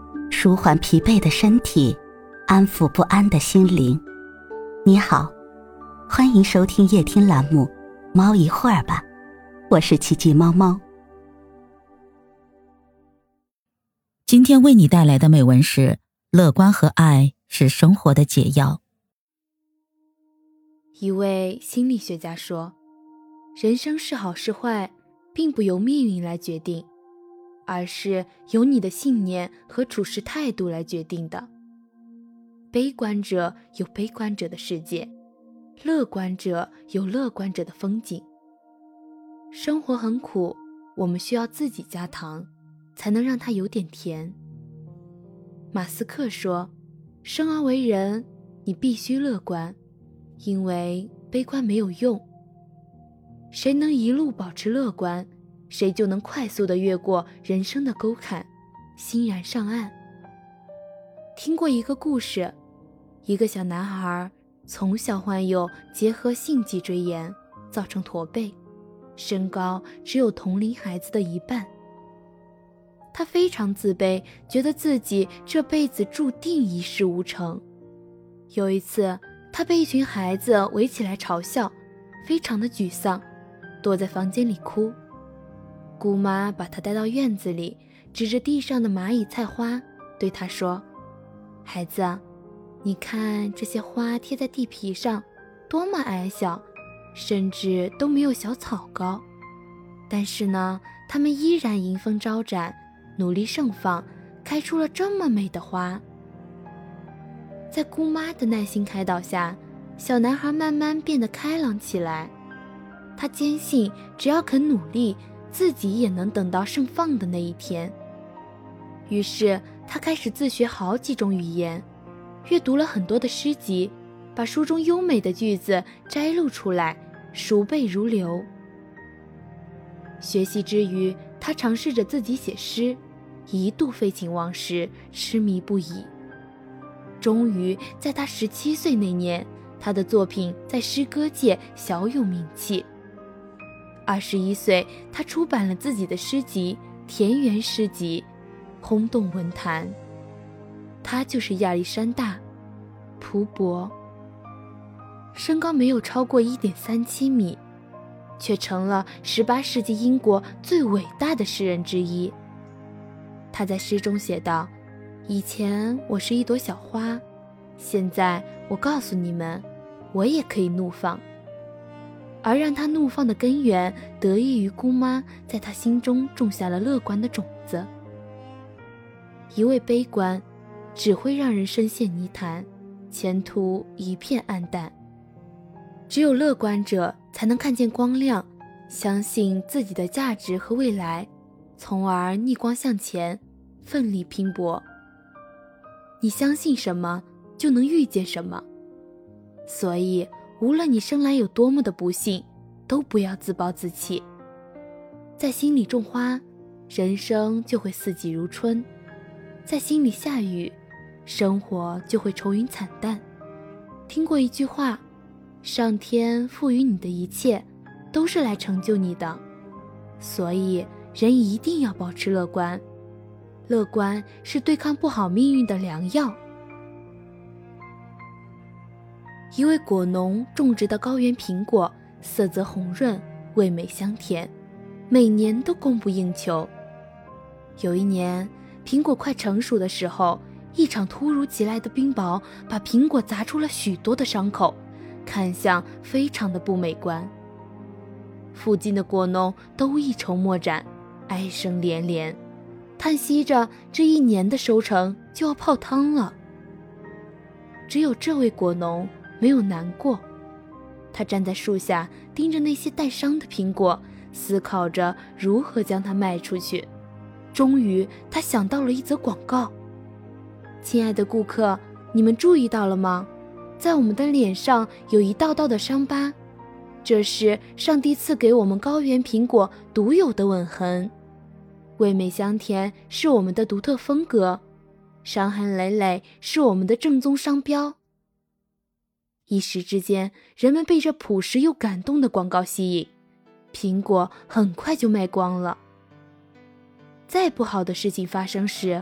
舒缓疲惫的身体，安抚不安的心灵。你好，欢迎收听夜听栏目《猫一会儿吧》，我是奇迹猫猫。 今天为你带来的美文是：乐观和爱是生活的解药。 一位心理学家说，人生是好是坏，并不由命运来决定，而是由你的信念和处事态度来决定的。悲观者有悲观者的世界，乐观者有乐观者的风景。生活很苦，我们需要自己加糖，才能让它有点甜。马斯克说，生而为人，你必须乐观，因为悲观没有用。谁能一路保持乐观，谁就能快速地越过人生的沟坎，欣然上岸。听过一个故事，一个小男孩从小患有结核性脊椎炎，造成驼背，身高只有同龄孩子的一半。他非常自卑，觉得自己这辈子注定一事无成。有一次，他被一群孩子围起来嘲笑，非常的沮丧，躲在房间里哭。姑妈把他带到院子里，指着地上的蚂蚁菜花，对他说：“孩子，你看这些花贴在地皮上，多么矮小，甚至都没有小草高。但是呢，它们依然迎风招展，努力盛放，开出了这么美的花。”在姑妈的耐心开导下，小男孩慢慢变得开朗起来。他坚信，只要肯努力，自己也能等到盛放的那一天。于是，他开始自学好几种语言，阅读了很多的诗集，把书中优美的句子摘录出来，熟背如流。学习之余，他尝试着自己写诗，一度废寝忘食，痴迷不已。终于在他17岁那年，他的作品在诗歌界小有名气。21岁，他出版了自己的诗集《田园诗集》，轰动文坛。他就是亚历山大·蒲伯，身高没有超过1.37米，却成了18世纪英国最伟大的诗人之一。他在诗中写道：“以前我是一朵小花，现在我告诉你们，我也可以怒放。”而让他怒放的根源，得益于姑妈在他心中种下了乐观的种子。一味悲观，只会让人深陷泥潭，前途一片暗淡。只有乐观者才能看见光亮，相信自己的价值和未来，从而逆光向前，奋力拼搏。你相信什么，就能遇见什么。所以无论你生来有多么的不幸，都不要自暴自弃。在心里种花，人生就会四季如春；在心里下雨，生活就会愁云惨淡。听过一句话，上天赋予你的一切，都是来成就你的。所以人一定要保持乐观，乐观是对抗不好命运的良药。一位果农种植的高原苹果色泽红润，味美香甜，每年都供不应求。有一年，苹果快成熟的时候，一场突如其来的冰雹把苹果砸出了许多的伤口，看相非常的不美观。附近的果农都一筹莫展，哀声连连，叹息着这一年的收成就要泡汤了。只有这位果农没有难过，他站在树下，盯着那些带伤的苹果，思考着如何将它卖出去。终于，他想到了一则广告：“亲爱的顾客，你们注意到了吗？在我们的脸上有一道道的伤疤，这是上帝赐给我们高原苹果独有的吻痕。味美香甜是我们的独特风格，伤痕累累是我们的正宗商标。”一时之间，人们被这朴实又感动的广告吸引，苹果很快就卖光了。再不好的事情发生时，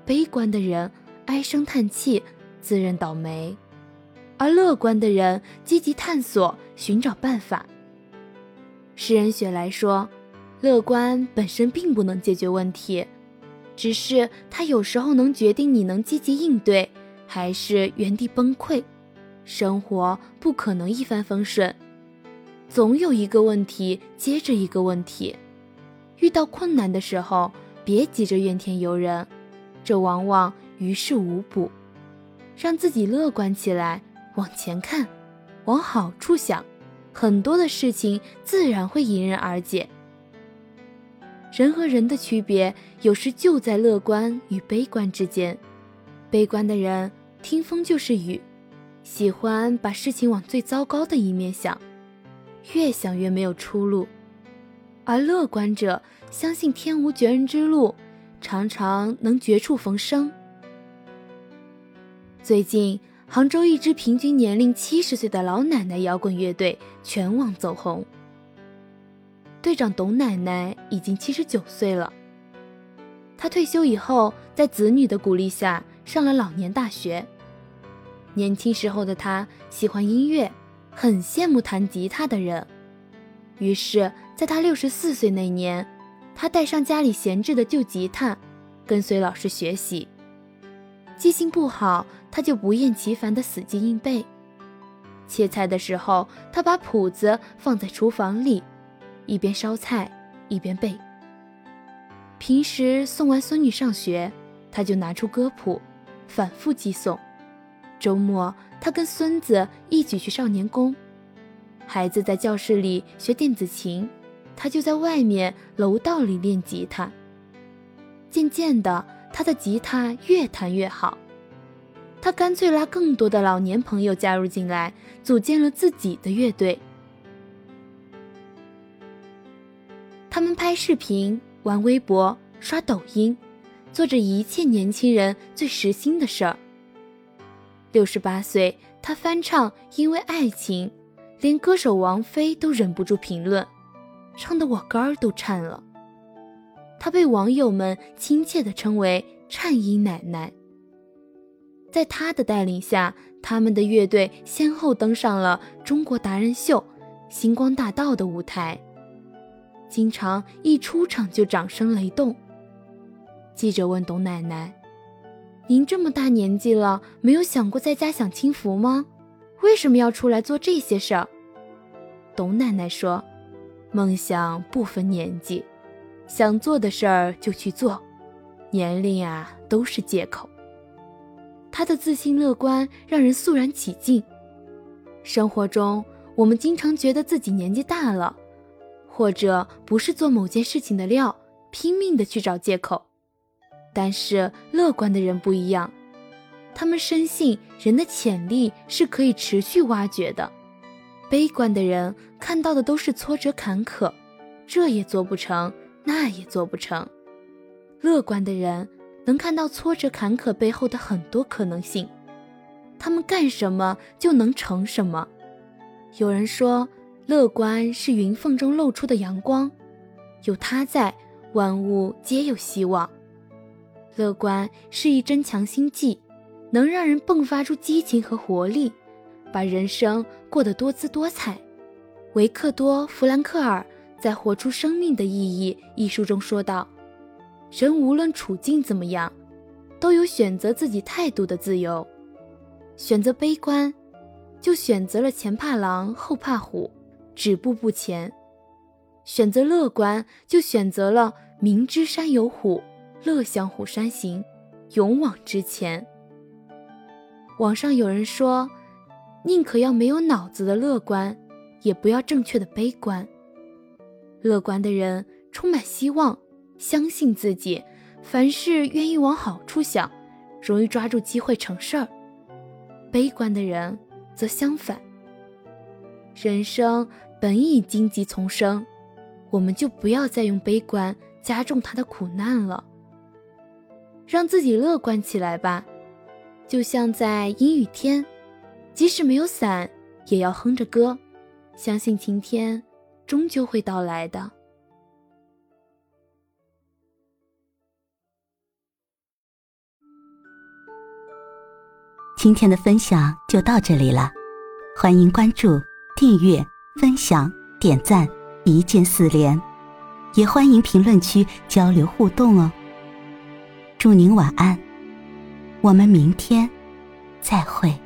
悲观的人唉声叹气，自认倒霉，而乐观的人积极探索，寻找办法。诗人雪莱说，乐观本身并不能解决问题，只是它有时候能决定你能积极应对，还是原地崩溃。生活不可能一帆风顺，总有一个问题接着一个问题。遇到困难的时候，别急着怨天尤人，这往往于事无补。让自己乐观起来，往前看，往好处想，很多的事情自然会迎刃而解。人和人的区别，有时就在乐观与悲观之间。悲观的人听风就是雨，喜欢把事情往最糟糕的一面想，越想越没有出路。而乐观者相信天无绝人之路，常常能绝处逢生。最近，杭州一支平均年龄70岁的老奶奶摇滚乐队全网走红。队长董奶奶已经79岁了，她退休以后，在子女的鼓励下上了老年大学。年轻时候的她喜欢音乐，很羡慕弹吉他的人，于是在她64岁那年，她带上家里闲置的旧吉他，跟随老师学习。记性不好，她就不厌其烦地死记硬背。切菜的时候，她把谱子放在厨房里，一边烧菜一边背。平时送完孙女上学，她就拿出歌谱反复记诵。周末她跟孙子一起去少年宫，孩子在教室里学电子琴，她就在外面楼道里练吉他。渐渐的，她的吉他越弹越好，她干脆拉更多的老年朋友加入进来，组建了自己的乐队。他们拍视频，玩微博，刷抖音，做着一切年轻人最实心的事儿。68岁，他翻唱《因为爱情》，连歌手王菲都忍不住评论，唱得我肝儿都颤了。他被网友们亲切地称为颤音奶奶。在他的带领下，他们的乐队先后登上了中国达人秀、星光大道的舞台，经常一出场就掌声雷动。记者问董奶奶，您这么大年纪了，没有想过在家享清福吗？为什么要出来做这些事儿？董奶奶说，梦想不分年纪，想做的事儿就去做，年龄啊都是借口。她的自信乐观让人肃然起敬。生活中，我们经常觉得自己年纪大了，或者不是做某件事情的料，拼命地去找借口。但是乐观的人不一样，他们深信人的潜力是可以持续挖掘的。悲观的人看到的都是挫折坎坷，这也做不成，那也做不成。乐观的人能看到挫折坎坷背后的很多可能性，他们干什么就能成什么。有人说，乐观是云缝中露出的阳光，有它在，万物皆有希望。乐观是一针强心剂，能让人迸发出激情和活力，把人生过得多姿多彩。维克多·弗兰克尔在《活出生命的意义》一书中说道，人无论处境怎么样，都有选择自己态度的自由。选择悲观，就选择了前怕狼后怕虎，止步不前；选择乐观，就选择了明知山有虎，乐向虎山行，勇往直前。网上有人说，宁可要没有脑子的乐观，也不要正确的悲观。乐观的人充满希望，相信自己，凡事愿意往好处想，容易抓住机会成事儿。悲观的人则相反，人生本已荆棘丛生，我们就不要再用悲观加重他的苦难了。让自己乐观起来吧，就像在阴雨天，即使没有伞，也要哼着歌，相信晴天终究会到来的。 今天的分享就到这里了，欢迎关注、订阅、分享、点赞，一键4连，也欢迎评论区交流互动哦。祝您晚安，我们明天再会。